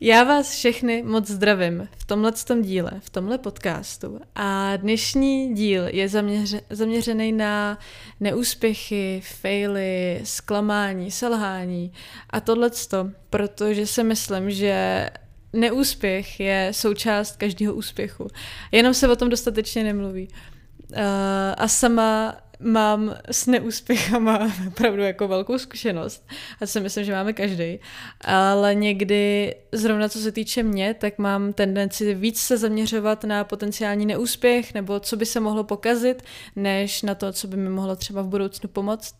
Já vás všechny moc zdravím v tomhletom díle, v tomhle podcastu. A dnešní díl je zaměřený na neúspěchy, faily, zklamání, selhání a tohleto, protože si myslím, že neúspěch je součást každého úspěchu. Jenom se o tom dostatečně nemluví. A sama mám s neúspěchama opravdu jako velkou zkušenost. A si myslím, že máme každý. Ale někdy, zrovna co se týče mě, tak mám tendenci víc se zaměřovat na potenciální neúspěch nebo co by se mohlo pokazit, než na to, co by mi mohlo třeba v budoucnu pomoct.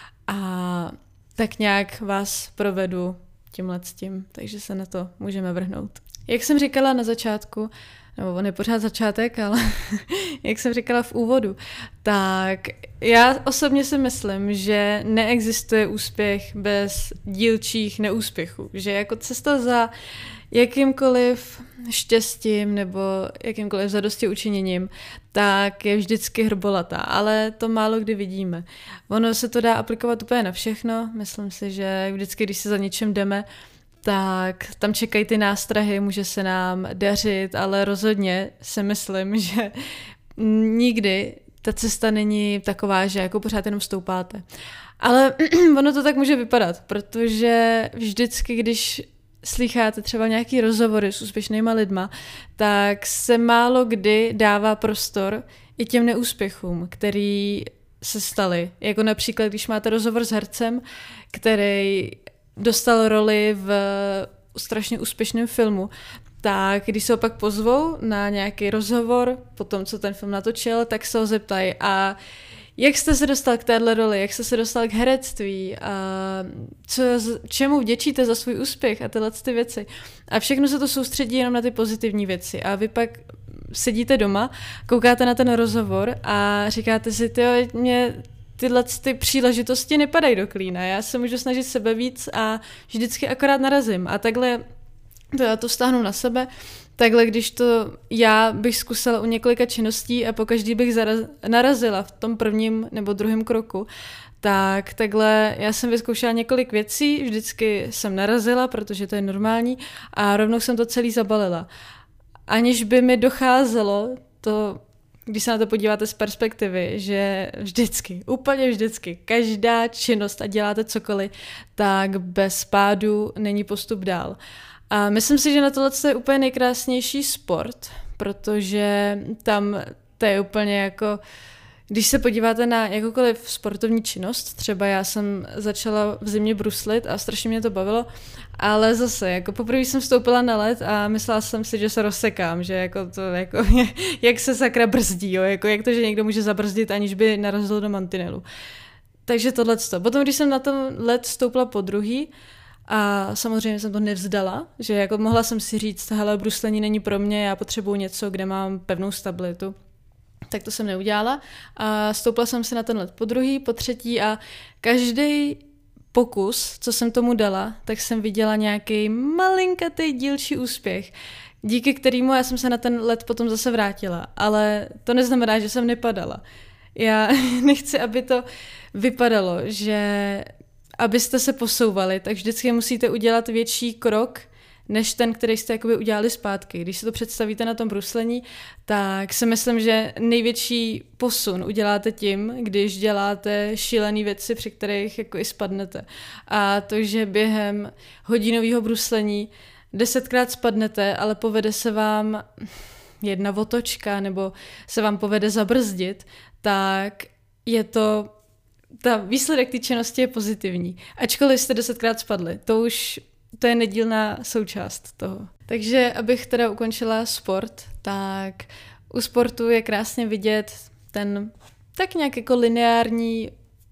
A tak nějak vás provedu tímhletím, takže se na to můžeme vrhnout. Jak jsem říkala na začátku, nebo on je pořád začátek, ale jak jsem říkala v úvodu, tak já osobně si myslím, že neexistuje úspěch bez dílčích neúspěchů, že jako cesta za jakýmkoliv štěstím nebo jakýmkoliv zadosti učiněním, tak je vždycky hrbolatá, ale to málo kdy vidíme. Ono se to dá aplikovat úplně na všechno, myslím si, že vždycky, když se za něčem jdeme, tak tam čekají ty nástrahy, může se nám dařit, ale rozhodně si myslím, že nikdy ta cesta není taková, že jako pořád jenom stoupáte. Ale ono to tak může vypadat, protože vždycky, když slycháte třeba nějaký rozhovory s úspěšnýma lidma, tak se málo kdy dává prostor i těm neúspěchům, který se staly. Jako například, když máte rozhovor s hercem, který dostal roli v strašně úspěšném filmu, tak když se ho pak pozvou na nějaký rozhovor, po tom, co ten film natočil, tak se ho zeptají, a jak jste se dostal k téhle roli, jak jste se dostal k herectví, a čemu vděčíte za svůj úspěch a tyhle ty věci. A všechno se to soustředí jenom na ty pozitivní věci. A vy pak sedíte doma, koukáte na ten rozhovor a říkáte si, mě tyhle ty příležitosti nepadají do klína. Já se můžu snažit sebe víc a vždycky akorát narazím. A takhle to já to stáhnu na sebe. Takhle, když to já bych zkusila u několika činností a pokaždý bych narazila v tom prvním nebo druhém kroku, tak takhle já jsem vyzkoušela několik věcí, vždycky jsem narazila, protože to je normální, a rovnou jsem to celý zabalila. Aniž by mi docházelo to, když se na to podíváte z perspektivy, že vždycky, úplně vždycky, každá činnost, a děláte cokoliv, tak bez pádu není postup dál. A myslím si, že na tohle je úplně nejkrásnější sport, protože tam to je úplně jako, když se podíváte na jakoukoliv sportovní činnost, třeba já jsem začala v zimě bruslit a strašně mě to bavilo, ale zase, jako poprvé jsem vstoupila na led a myslela jsem si, že se rozsekám, že jako to, jako, jak se sakra brzdí, jo, jako jak to, že někdo může zabrzdit, aniž by narazil do mantinelu. Takže tohleto. Potom, když jsem na ten led vstoupila podruhý, a samozřejmě jsem to nevzdala, že jako mohla jsem si říct, hele, bruslení není pro mě, já potřebuji něco, kde mám pevnou stabilitu. Tak to jsem neudělala a stoupla jsem si na ten led podruhý, potřetí a každý pokus, co jsem tomu dala, tak jsem viděla nějaký malinkatý dílčí úspěch, díky kterému já jsem se na ten led potom zase vrátila. Ale to neznamená, že jsem nepadala. Já nechci, aby to vypadalo, že abyste se posouvali, tak vždycky musíte udělat větší krok, než ten, který jste jakoby udělali zpátky. Když si to představíte na tom bruslení, tak si myslím, že největší posun uděláte tím, když děláte šílené věci, při kterých jako i spadnete. A to, že během hodinového bruslení 10krát spadnete, ale povede se vám jedna otočka nebo se vám povede zabrzdit, tak je to ta výsledek té činnosti je pozitivní. Ačkoliv jste 10krát spadli, to je nedílná součást toho. Takže abych teda ukončila sport, tak u sportu je krásně vidět ten tak nějak jako lineární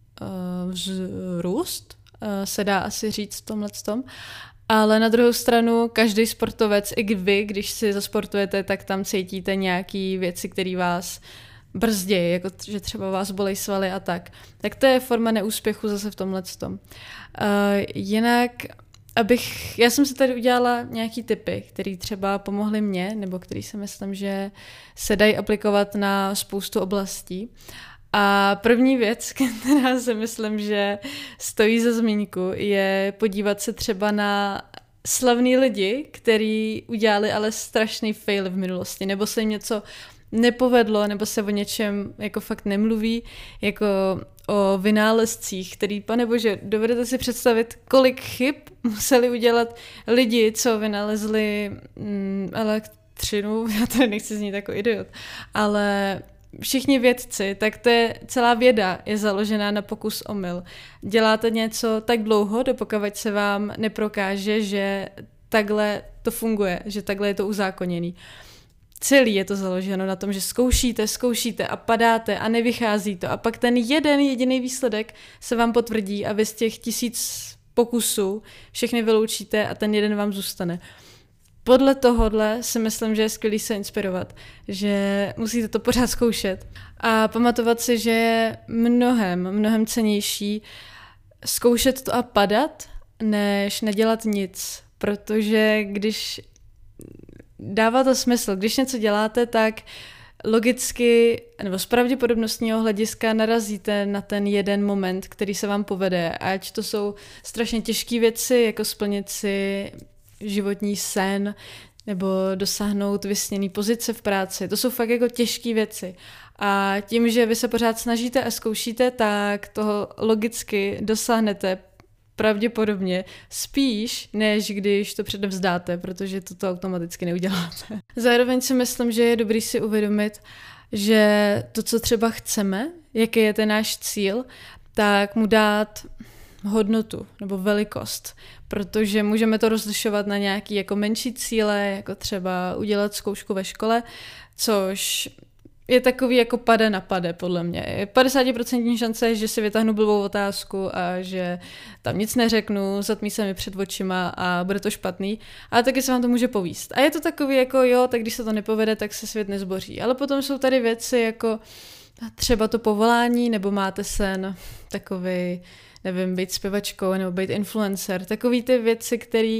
vzrůst, se dá asi říct v tomhletom. Ale na druhou stranu každý sportovec, i vy, když si zasportujete, tak tam cítíte nějaký věci, které vás brzději, jako že třeba vás bolej svaly a tak. Tak to je forma neúspěchu zase v tomhletom. Jinak, já jsem si tady udělala nějaký tipy, které třeba pomohly mně, nebo který si myslím, že se dají aplikovat na spoustu oblastí. A první věc, která si myslím, že stojí za zmínku, je podívat se třeba na slavní lidi, kteří udělali ale strašný fail v minulosti, nebo se jim něco nepovedlo, nebo se o něčem jako fakt nemluví, jako o vynálezcích, který, panebože, dovedete si představit, kolik chyb museli udělat lidi, co vynalezli elektřinu, já tady nechci znít jako idiot, ale všichni vědci, tak to je celá věda, je založená na pokus omyl. Děláte něco tak dlouho, dokud se vám neprokáže, že takhle to funguje, že takhle je to uzákoněný. Celý je to založeno na tom, že zkoušíte a padáte a nevychází to a pak ten jeden jediný výsledek se vám potvrdí a vy z těch 1000 pokusů všechny vyloučíte a ten jeden vám zůstane. Podle tohohle si myslím, že je skvělý se inspirovat, že musíte to pořád zkoušet a pamatovat si, že je mnohem cennější zkoušet to a padat, než nedělat nic, protože když dává to smysl, když něco děláte, tak logicky nebo z pravděpodobnostního hlediska narazíte na ten jeden moment, který se vám povede, ať to jsou strašně těžké věci, jako splnit si životní sen nebo dosáhnout vysněný pozice v práci. To jsou fakt jako těžké věci. A tím, že vy se pořád snažíte a zkoušíte, tak toho logicky dosáhnete pravděpodobně spíš, než když to předem vzdáte, protože to automaticky neuděláte. Zároveň si myslím, že je dobrý si uvědomit, že to, co třeba chceme, jaký je ten náš cíl, tak mu dát hodnotu nebo velikost, protože můžeme to rozlišovat na nějaký jako menší cíle, jako třeba udělat zkoušku ve škole, což je takový jako pade na pade, podle mě. Je 50% šance, že si vytáhnu blbou otázku a že tam nic neřeknu, zatmí se mi před očima a bude to špatný, ale taky se vám to může povíst. A je to takový jako jo, tak když se to nepovede, tak se svět nezboří. Ale potom jsou tady věci jako třeba to povolání, nebo máte sen takový, nevím, být zpěvačkou nebo být influencer, takový ty věci, které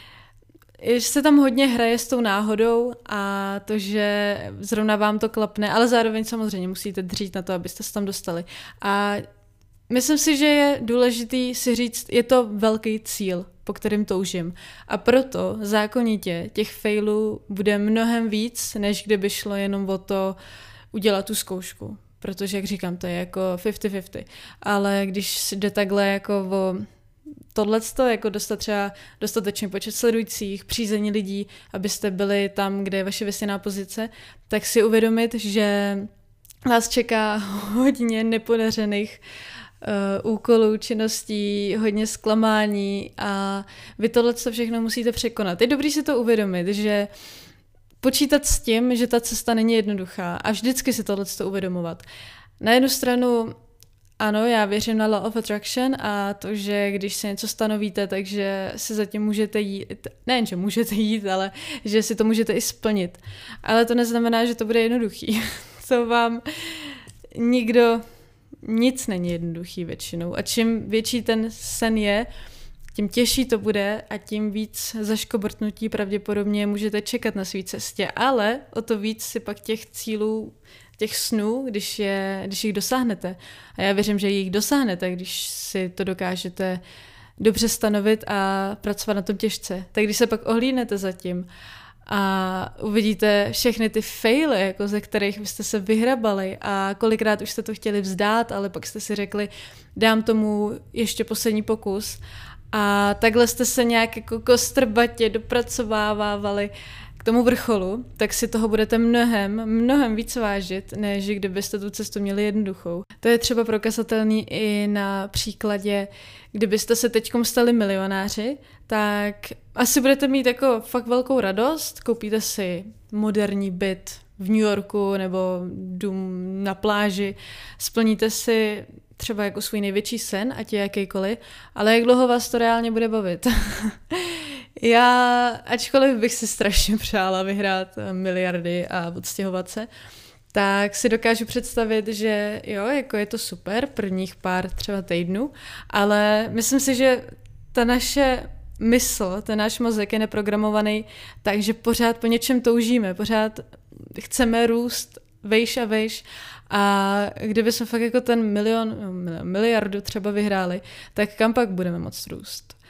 se tam hodně hraje s tou náhodou a to, že zrovna vám to klapne, ale zároveň samozřejmě musíte dřít na to, abyste se tam dostali. A myslím si, že je důležitý si říct, je to velký cíl, po kterým toužím. A proto zákonitě těch failů bude mnohem víc, než kdyby šlo jenom o to udělat tu zkoušku. Protože, jak říkám, to je jako 50-50. Ale když jde takhle jako o tohleto, jako dostat třeba dostatečný počet sledujících, přízení lidí, abyste byli tam, kde je vaše vysněná pozice, tak si uvědomit, že vás čeká hodně nepodařených úkolů, činností, hodně zklamání a vy tohleto všechno musíte překonat. Je dobrý si to uvědomit, že počítat s tím, že ta cesta není jednoduchá a vždycky si tohleto uvědomovat. Na jednu stranu ano, já věřím na law of attraction a to, že když si něco stanovíte, takže si zatím můžete jít, nejen, že můžete jít, ale že si to můžete i splnit. Ale to neznamená, že to bude jednoduchý. To vám nic není jednoduchý většinou. A čím větší ten sen je, tím těžší to bude a tím víc zaškobrtnutí pravděpodobně můžete čekat na své cestě. Ale o to víc si pak těch cílů, těch snů, když jich dosáhnete. A já věřím, že jich dosáhnete, když si to dokážete dobře stanovit a pracovat na tom těžce. Tak když se pak ohlídnete za tím a uvidíte všechny ty faily, jako ze kterých byste se vyhrabali a kolikrát už jste to chtěli vzdát, ale pak jste si řekli, dám tomu ještě poslední pokus. A takhle jste se nějak jako kostrbatě dopracovávali k tomu vrcholu, tak si toho budete mnohem víc vážit, než kdybyste tu cestu měli jednoduchou. To je třeba prokazatelný i na příkladě, kdybyste se teďkom stali milionáři, tak asi budete mít jako fakt velkou radost, koupíte si moderní byt v New Yorku nebo dům na pláži, splníte si třeba jako svůj největší sen, ať je jakýkoliv, ale jak dlouho vás to reálně bude bavit? Já, ačkoliv bych si strašně přála vyhrát miliardy a odstěhovat se, tak si dokážu představit, že jo, jako je to super, prvních pár třeba týdnů, ale myslím si, že ta naše mysl, ten náš mozek je neprogramovaný, takže pořád po něčem toužíme, pořád chceme růst vejš a vejš a kdyby jsme fakt jako ten miliardu třeba vyhráli, tak kam pak budeme moct růst?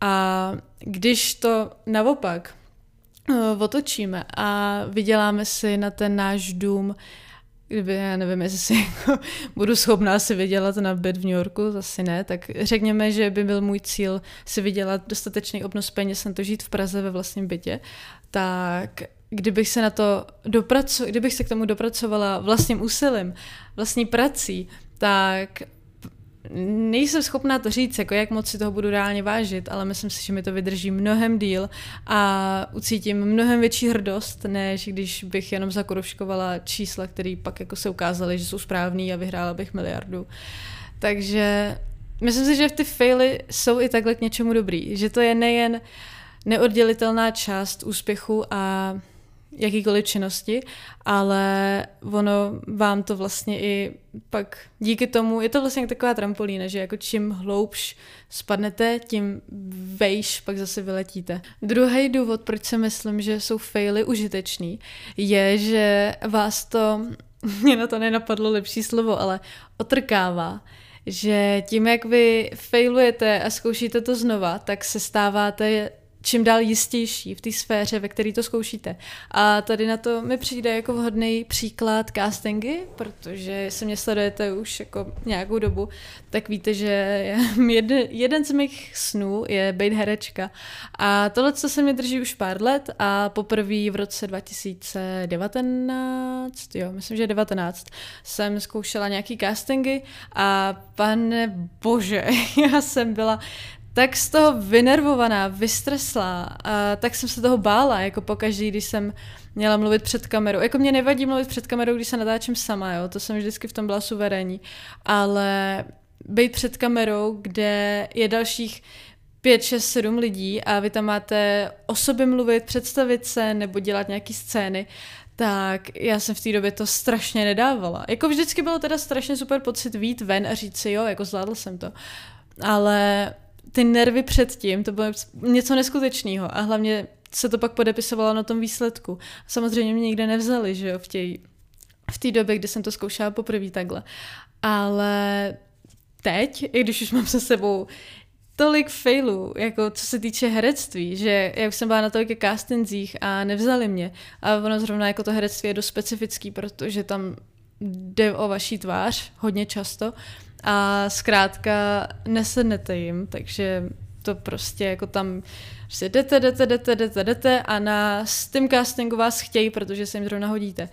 A když to naopak otočíme a vyděláme si na ten náš dům, kdyby, já nevím, jestli si jako budu schopná si vydělat na byt v New Yorku, zase ne, tak řekněme, že by byl můj cíl si vydělat dostatečný obnos peněz na to žít v Praze ve vlastním bytě, tak kdybych se k tomu dopracovala vlastním úsilím, vlastní prací, tak nejsem schopná to říct, jako jak moc si toho budu reálně vážit, ale myslím si, že mi to vydrží mnohem díl a ucítím mnohem větší hrdost, než když bych jenom zakurovškovala čísla, které pak jako se ukázaly, že jsou správný a vyhrála bych miliardu. Takže myslím si, že ty faily jsou i takhle k něčemu dobrý, že to je nejen neoddělitelná část úspěchu a jakýkoliv činnosti, ale ono vám to vlastně i pak díky tomu, je to vlastně taková trampolína, že jako čím hloubš spadnete, tím vejš pak zase vyletíte. Druhý důvod, proč si myslím, že jsou faily užitečný, je, že vás to, mě na to nenapadlo lepší slovo, ale otrkává. Že tím, jak vy failujete a zkoušíte to znova, tak se stáváte čím dál jistější v té sféře, ve které to zkoušíte. A tady na to mi přijde jako vhodný příklad castingy, protože se mě sledujete už jako nějakou dobu, tak víte, že jeden z mých snů je být herečka. A tohle, co se mě drží už pár let a poprvé v roce 2019, myslím, že 19, jsem zkoušela nějaký castingy a pane bože, já jsem byla tak z toho vynervovaná, vystreslá a tak jsem se toho bála, jako pokaždý, když jsem měla mluvit před kamerou. Jako mě nevadí mluvit před kamerou, když se natáčím sama, jo, to jsem vždycky v tom byla suverénní, ale být před kamerou, kde je dalších 5, 6, 7 lidí a vy tam máte o sobě mluvit, představit se nebo dělat nějaký scény, tak já jsem v té době to strašně nedávala. Jako vždycky bylo teda strašně super pocit vyjít ven a říct si, jo, jako zvládl jsem to. Ale ty nervy předtím, to bylo něco neskutečného a hlavně se to pak podepisovalo na tom výsledku. Samozřejmě mě nikde nevzali, že jo, v té době, kdy jsem to zkoušela poprvé takhle. Ale teď, i když už mám se sebou tolik failů, jako co se týče herectví, že já už jsem byla na tolika castingzích a nevzali mě. A ono zrovna jako to herectví je dost specifický, protože tam jde o vaší tvář hodně často a zkrátka nesednete jim, takže to prostě jako tam prostě jdete a s tím castingu vás chtějí, protože se jim zrovna hodíte.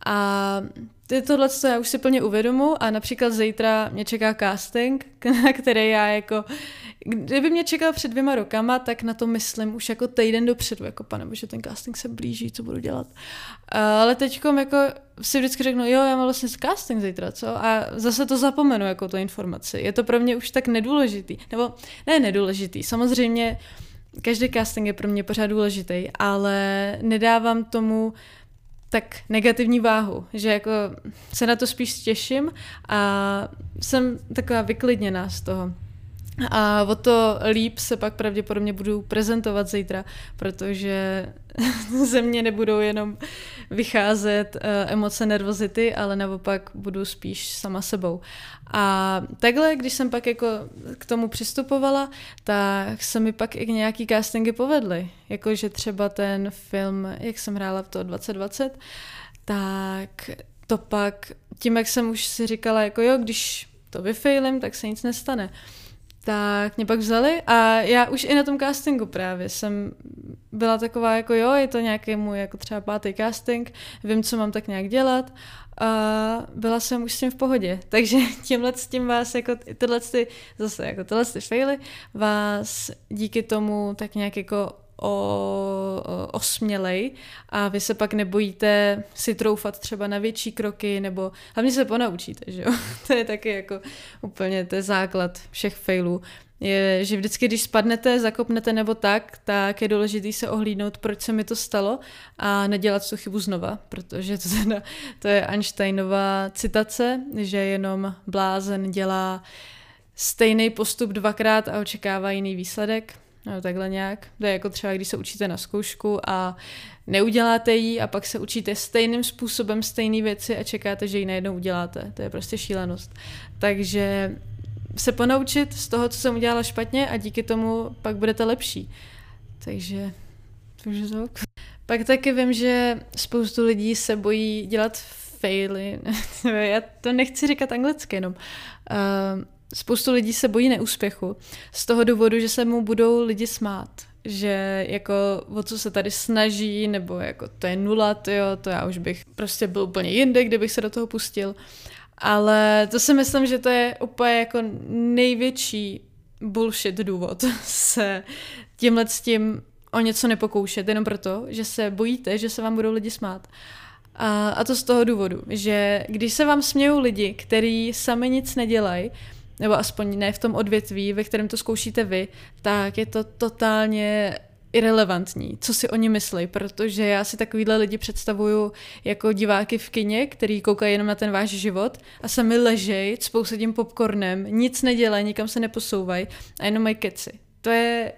A tohle já už si plně uvědomu a například zítra mě čeká casting, na který já jako, kdyby mě čekal před 2 rokama, tak na to myslím už jako týden dopředu, jako panebože, ten casting se blíží, co budu dělat. Ale teďkom jako si vždycky řeknu, jo, já mám vlastně casting zítra, co? A zase to zapomenu, jako tu informaci. Je to pro mě už tak nedůležitý. Nebo ne nedůležitý, samozřejmě každý casting je pro mě pořád důležitý, ale nedávám tomu tak negativní váhu, že jako se na to spíš těším a jsem taková vyklidněná z toho. A o to líp se pak pravděpodobně budu prezentovat zítra, protože ze mě nebudou jenom vycházet emoce nervozity, ale naopak budu spíš sama sebou. A takhle, když jsem pak jako k tomu přistupovala, tak se mi pak i nějaký castingy povedly. Jakože třeba ten film, jak jsem hrála v to 2020, tak to pak, tím jak jsem už si říkala, jako jo, když to vyfailím, tak se nic nestane. Tak mě pak vzali a já už i na tom castingu právě jsem byla taková jako jo, je to nějaký můj jako třeba 5. casting, vím, co mám tak nějak dělat a byla jsem už s tím v pohodě. Takže tímhle s tím vás jako tyhle faily vás díky tomu tak nějak jako osmělej a vy se pak nebojíte si troufat třeba na větší kroky nebo hlavně se ponaučíte, že jo? To je taky jako úplně to je základ všech failů. Je, že vždycky, když spadnete, zakopnete nebo tak je důležité se ohlídnout, proč se mi to stalo a nedělat tu chybu znova, protože to je Einsteinova citace, že jenom blázen dělá stejný postup 2krát a očekává jiný výsledek. No, takhle nějak. To je jako třeba, když se učíte na zkoušku a neuděláte ji a pak se učíte stejným způsobem stejné věci a čekáte, že ji najednou uděláte. To je prostě šílenost. Takže se ponaučit z toho, co jsem udělala špatně a díky tomu pak budete lepší. Takže to. Pak taky vím, že spoustu lidí se bojí dělat faily. Já to nechci říkat anglicky jenom. Spoustu lidí se bojí neúspěchu z toho důvodu, že se mu budou lidi smát. Že jako o co se tady snaží, nebo jako to je nula, to já už bych prostě byl úplně jinde, kdybych se do toho pustil. Ale to si myslím, že to je úplně jako největší bullshit důvod se tímhle s tím o něco nepokoušet, jenom proto, že se bojíte, že se vám budou lidi smát. A to z toho důvodu, že když se vám smějou lidi, kteří sami nic nedělají, nebo aspoň ne v tom odvětví, ve kterém to zkoušíte vy, tak je to totálně irelevantní, co si oni myslí, protože já si takovýhle lidi představuju jako diváky v kině, který koukají jenom na ten váš život a sami ležej, cpou se tím popcornem, nic nedělají, nikam se neposouvají a jenom mají keci. To je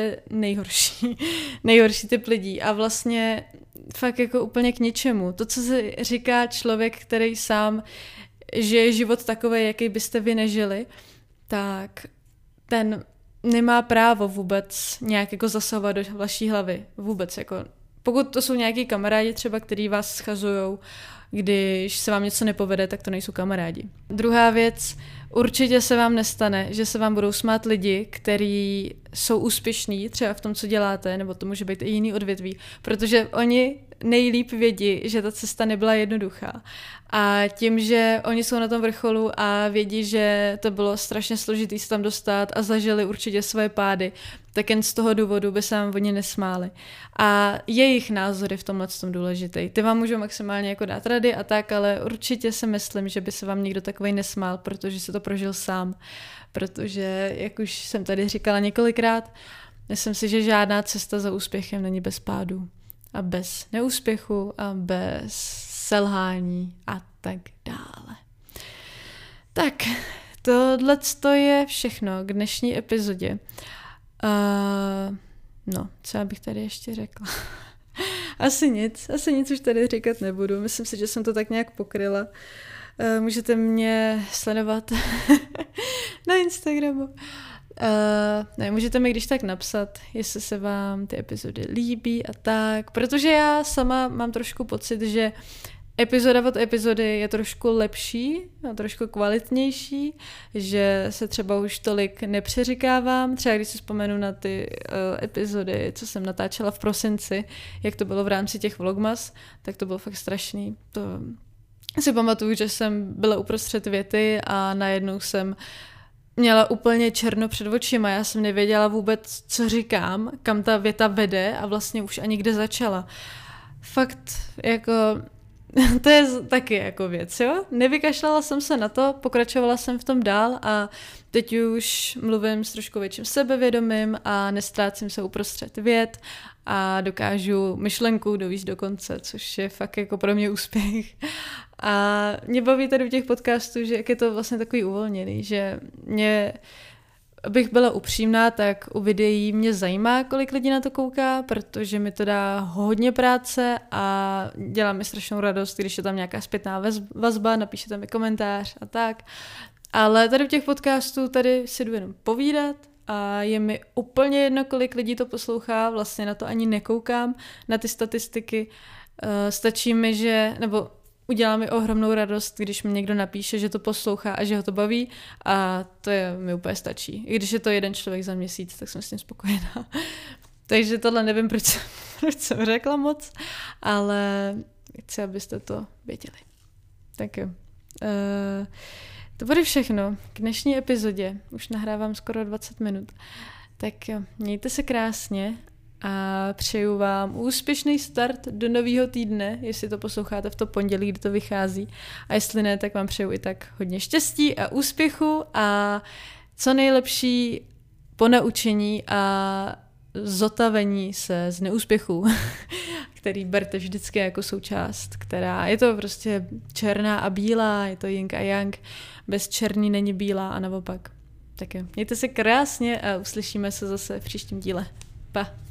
nejhorší typ lidí a vlastně fakt jako úplně k ničemu. To, co si říká člověk, který sám žije život takový, jaký byste vy nežili, tak ten nemá právo vůbec nějak jako zasahovat do vaší hlavy. Vůbec jako. Pokud to jsou nějaký kamarádi třeba, který vás schazujou, když se vám něco nepovede, tak to nejsou kamarádi. Druhá věc, určitě se vám nestane, že se vám budou smát lidi, kteří jsou úspěšní třeba v tom, co děláte, nebo to může být i jiný odvětví, protože oni nejlíp vědí, že ta cesta nebyla jednoduchá. A tím, že oni jsou na tom vrcholu a vědí, že to bylo strašně složitý se tam dostat a zažili určitě svoje pády, tak jen z toho důvodu by se vám oni nesmáli. A jejich názory v tomhle tom důležitý. Ty vám můžou maximálně jako dát rady a tak, ale určitě si myslím, že by se vám někdo takovej nesmál, protože se to prožil sám. Protože, jak už jsem tady říkala několikrát, myslím si, že žádná cesta za úspěchem není bez pádu. A bez neúspěchu a bez selhání a tak dále. Tak, tohle je všechno k dnešní epizodě. Co já bych tady ještě řekla? Asi nic už tady říkat nebudu. Myslím si, že jsem to tak nějak pokryla. Můžete mě sledovat na Instagramu. Můžete mi když tak napsat, jestli se vám ty epizody líbí a tak, protože já sama mám trošku pocit, že epizoda od epizody je trošku lepší a trošku kvalitnější, že se třeba už tolik nepřeříkávám, třeba když si vzpomenu na ty epizody, co jsem natáčela v prosinci, jak to bylo v rámci těch vlogmas, tak to bylo fakt strašný. To si pamatuju, že jsem byla uprostřed věty a najednou jsem měla úplně černo před očima, já jsem nevěděla vůbec, co říkám, kam ta věta vede a vlastně už ani kde začala. Fakt, jako, to je taky jako věc, jo? Nevykašlala jsem se na to, pokračovala jsem v tom dál a teď už mluvím s trošku větším sebevědomím a nestrácím se uprostřed vět a dokážu myšlenku dovíst do konce, což je fakt jako pro mě úspěch. A mě baví tady u těch podcastů, že jak je to vlastně takový uvolněný, že abych byla upřímná, tak u videí mě zajímá, kolik lidí na to kouká, protože mi to dá hodně práce a dělá mi strašnou radost, když je tam nějaká zpětná vazba, napíšete mi komentář a tak. Ale tady u těch podcastů tady si jdu jenom povídat a je mi úplně jedno, kolik lidí to poslouchá, vlastně na to ani nekoukám, na ty statistiky. Stačí mi, nebo udělá mi ohromnou radost, když mi někdo napíše, že to poslouchá a že ho to baví a mi úplně stačí. I když je to jeden člověk za měsíc, tak jsem s tím spokojená. Takže tohle nevím, proč jsem řekla moc, ale chci, abyste to věděli. Tak jo. To bude všechno k dnešní epizodě. Už nahrávám skoro 20 minut. Tak jo, mějte se krásně a přeju vám úspěšný start do nového týdne, jestli to posloucháte v to pondělí, kdy to vychází. A jestli ne, tak vám přeju i tak hodně štěstí a úspěchu a co nejlepší ponaučení a zotavení se z neúspěchů, který berte vždycky jako součást, která je to prostě černá a bílá, je to yin a yang, bez černý není bílá a naopak. Tak jo, mějte se krásně a uslyšíme se zase v příštím díle. Pa!